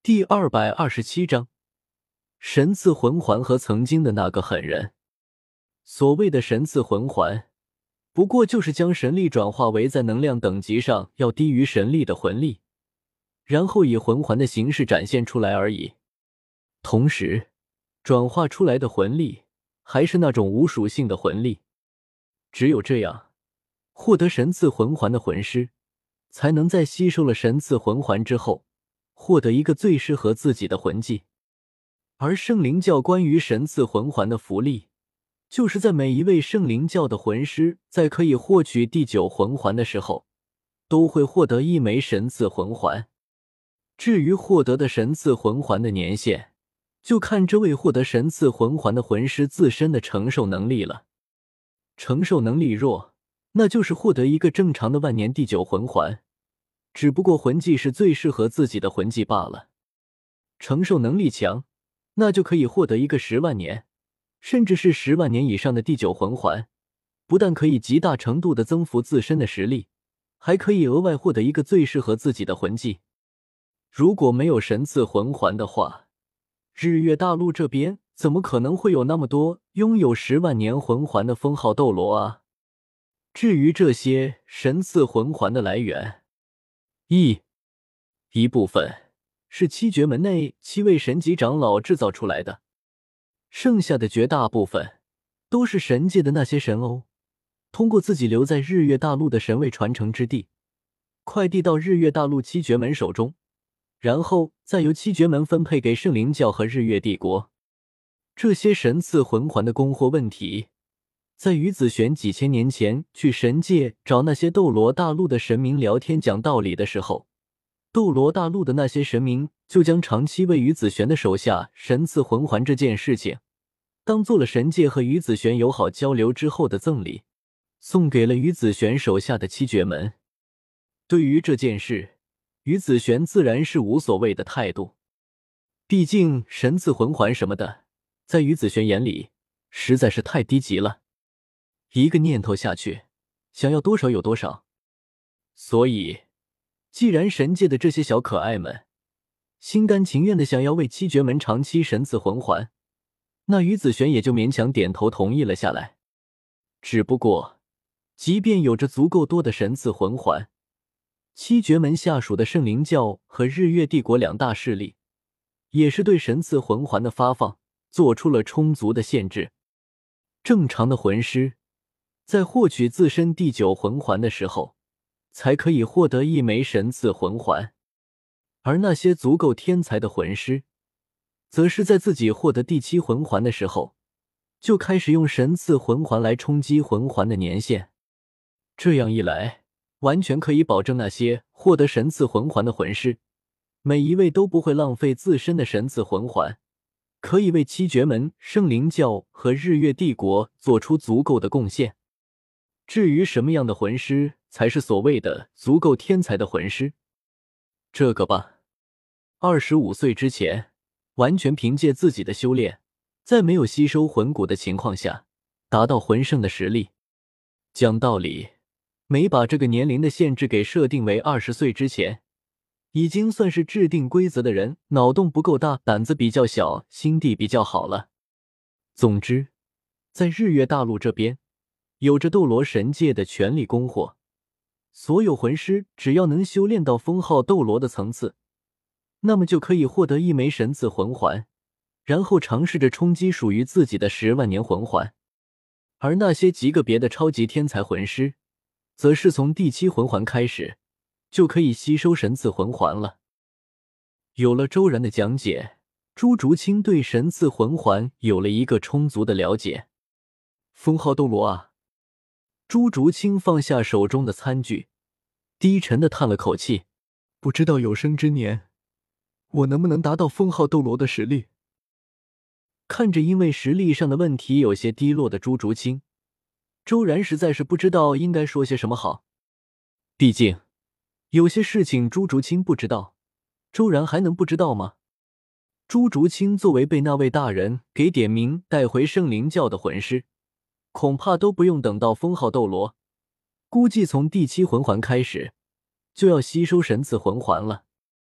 第227章神赐魂环和曾经的那个狠人。所谓的神赐魂环，不过就是将神力转化为在能量等级上要低于神力的魂力，然后以魂环的形式展现出来而已。同时，转化出来的魂力还是那种无属性的魂力。只有这样，获得神赐魂环的魂师才能在吸收了神赐魂环之后获得一个最适合自己的魂技。而圣灵教关于神赐魂环的福利，就是在每一位圣灵教的魂师在可以获取第9魂环的时候，都会获得一枚神赐魂环。至于获得的神赐魂环的年限，就看这位获得神赐魂环的魂师自身的承受能力了。承受能力弱，那就是获得一个正常的万年第9魂环，只不过魂技是最适合自己的魂技罢了。承受能力强，那就可以获得一个10万年，甚至是10万年以上的第9魂环，不但可以极大程度的增幅自身的实力，还可以额外获得一个最适合自己的魂技。如果没有神赐魂环的话，日月大陆这边怎么可能会有那么多拥有10万年魂环的封号斗罗啊？至于这些神赐魂环的来源，一部分是七绝门内7位神级长老制造出来的，剩下的绝大部分都是神界的那些神欧通过自己留在日月大陆的神位传承之地，快递到日月大陆七绝门手中，然后再由七绝门分配给圣灵教和日月帝国。这些神赐魂环的供货问题，在于子玄几千年前去神界找那些斗罗大陆的神明聊天讲道理的时候，斗罗大陆的那些神明就将长期为于子玄的手下神赐魂环这件事情当做了神界和于子玄友好交流之后的赠礼，送给了于子玄手下的七绝门。对于这件事，于子玄自然是无所谓的态度，毕竟神赐魂环什么的在于子玄眼里实在是太低级了，一个念头下去，想要多少有多少。所以既然神界的这些小可爱们心甘情愿的想要为七绝门长期神赐魂环，那于子玄也就勉强点头同意了下来。只不过即便有着足够多的神赐魂环，七绝门下属的圣灵教和日月帝国两大势力也是对神赐魂环的发放做出了充足的限制。正常的魂师在获取自身第9魂环的时候才可以获得一枚神赐魂环，而那些足够天才的魂师则是在自己获得第7魂环的时候就开始用神赐魂环来冲击魂环的年限。这样一来，完全可以保证那些获得神赐魂环的魂师每一位都不会浪费自身的神赐魂环，可以为七绝门、圣灵教和日月帝国做出足够的贡献。至于什么样的魂师才是所谓的足够天才的魂师，这个吧，25岁之前完全凭借自己的修炼，在没有吸收魂骨的情况下达到魂圣的实力。讲道理，没把这个年龄的限制给设定为20岁之前，已经算是制定规则的人脑洞不够大，胆子比较小，心地比较好了。总之，在日月大陆这边有着斗罗神界的权力供货，所有魂师只要能修炼到封号斗罗的层次，那么就可以获得一枚神赐魂环，然后尝试着冲击属于自己的10万年魂环。而那些极个别的超级天才魂师，则是从第7魂环开始就可以吸收神赐魂环了。有了周然的讲解，朱竹清对神赐魂环有了一个充足的了解。封号斗罗啊！朱竹清放下手中的餐具，低沉地叹了口气，不知道有生之年我能不能达到封号斗罗的实力。看着因为实力上的问题有些低落的朱竹清，周然实在是不知道应该说些什么好。毕竟有些事情朱竹清不知道，周然还能不知道吗？朱竹清作为被那位大人给点名带回圣灵教的魂师，恐怕都不用等到封号斗罗，估计从第7魂环开始就要吸收神赐魂环了。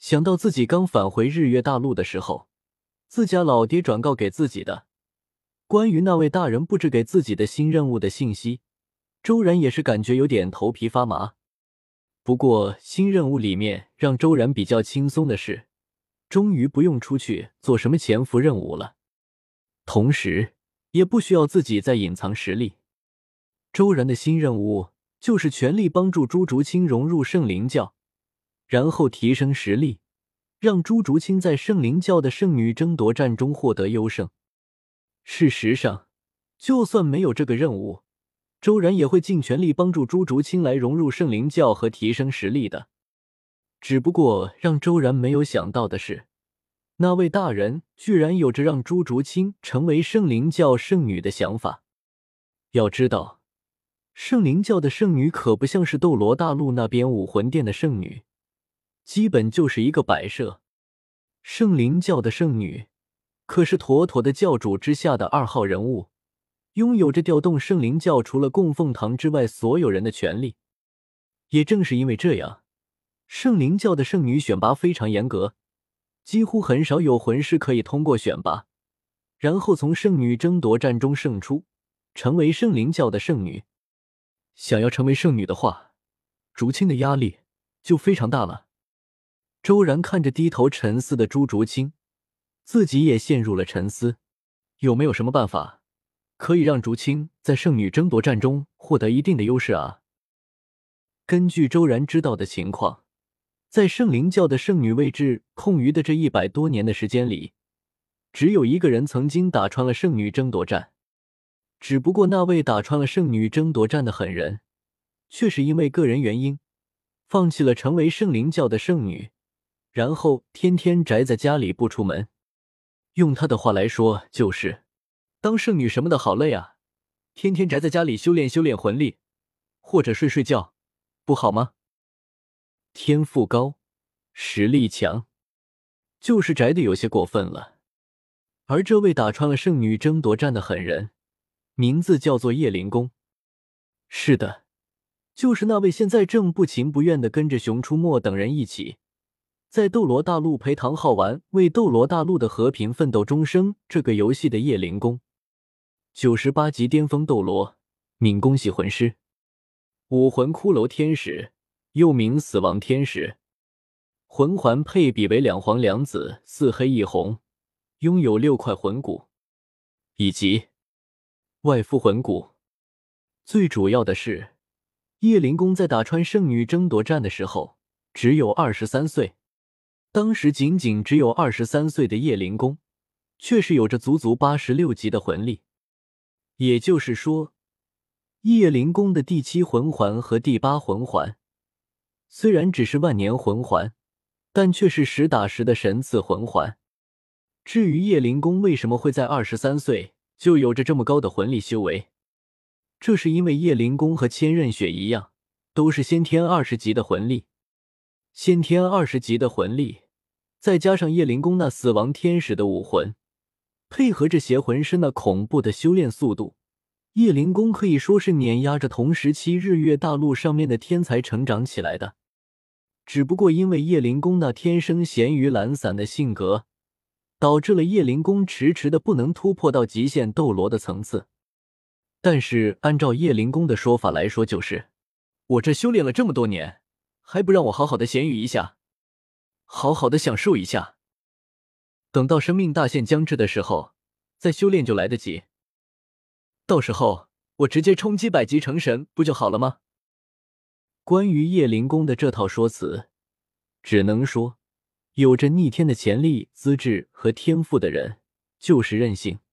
想到自己刚返回日月大陆的时候，自家老爹转告给自己的关于那位大人布置给自己的新任务的信息，周然也是感觉有点头皮发麻。不过新任务里面让周然比较轻松的是，终于不用出去做什么潜伏任务了，同时也不需要自己再隐藏实力。周然的新任务就是全力帮助朱竹清融入圣灵教，然后提升实力，让朱竹清在圣灵教的圣女争夺战中获得优胜。事实上，就算没有这个任务，周然也会尽全力帮助朱竹清来融入圣灵教和提升实力的。只不过让周然没有想到的是，那位大人居然有着让朱竹清成为圣灵教圣女的想法。要知道，圣灵教的圣女可不像是斗罗大陆那边武魂殿的圣女，基本就是一个摆设。圣灵教的圣女可是妥妥的教主之下的2号人物，拥有着调动圣灵教除了供奉堂之外所有人的权利。也正是因为这样，圣灵教的圣女选拔非常严格，几乎很少有魂师可以通过选拔，然后从圣女争夺战中胜出，成为圣灵教的圣女。想要成为圣女的话，竹清的压力就非常大了。周然看着低头沉思的朱竹清，自己也陷入了沉思。有没有什么办法可以让竹清在圣女争夺战中获得一定的优势啊？根据周然知道的情况，在圣灵教的圣女位置空余的这100多年的时间里，只有一个人曾经打穿了圣女争夺战。只不过那位打穿了圣女争夺战的狠人，却是因为个人原因，放弃了成为圣灵教的圣女，然后天天宅在家里不出门。用他的话来说，就是当圣女什么的好累啊，天天宅在家里修炼魂力，或者睡觉，不好吗？天赋高，实力强，就是宅的有些过分了。而这位打穿了圣女争夺战的狠人，名字叫做叶灵公。是的，就是那位现在正不情不愿地跟着熊出没等人一起在斗罗大陆陪唐昊玩为斗罗大陆的和平奋斗终生这个游戏的叶灵公。98级巅峰斗罗，敏攻系魂师，武魂骷髅天使，又名死亡天使，魂环配比为2黄2紫4黑1红，拥有6块魂骨以及外附魂骨。最主要的是，叶灵公在打穿圣女争夺战的时候只有23岁，当时仅仅只有23岁的叶灵公，却是有着足足86级的魂力。也就是说，叶灵公的第7魂环和第8魂环虽然只是万年魂环，但却是实打实的神赐魂环。至于叶灵公为什么会在23岁就有着这么高的魂力修为，这是因为叶灵公和千仞雪一样，都是先天20级的魂力。先天20级的魂力，再加上叶灵公那死亡天使的武魂，配合着邪魂师那恐怖的修炼速度，叶灵公可以说是碾压着同时期日月大陆上面的天才成长起来的。只不过因为叶灵公那天生闲于懒散的性格，导致了叶灵公迟迟的不能突破到极限斗罗的层次。但是按照叶灵公的说法来说，就是我这修炼了这么多年，还不让我好好的闲语一下，好好的享受一下，等到生命大限将至的时候再修炼就来得及，到时候我直接冲击100级成神不就好了吗？关于叶灵公的这套说辞，只能说有着逆天的潜力、资质和天赋的人就是任性。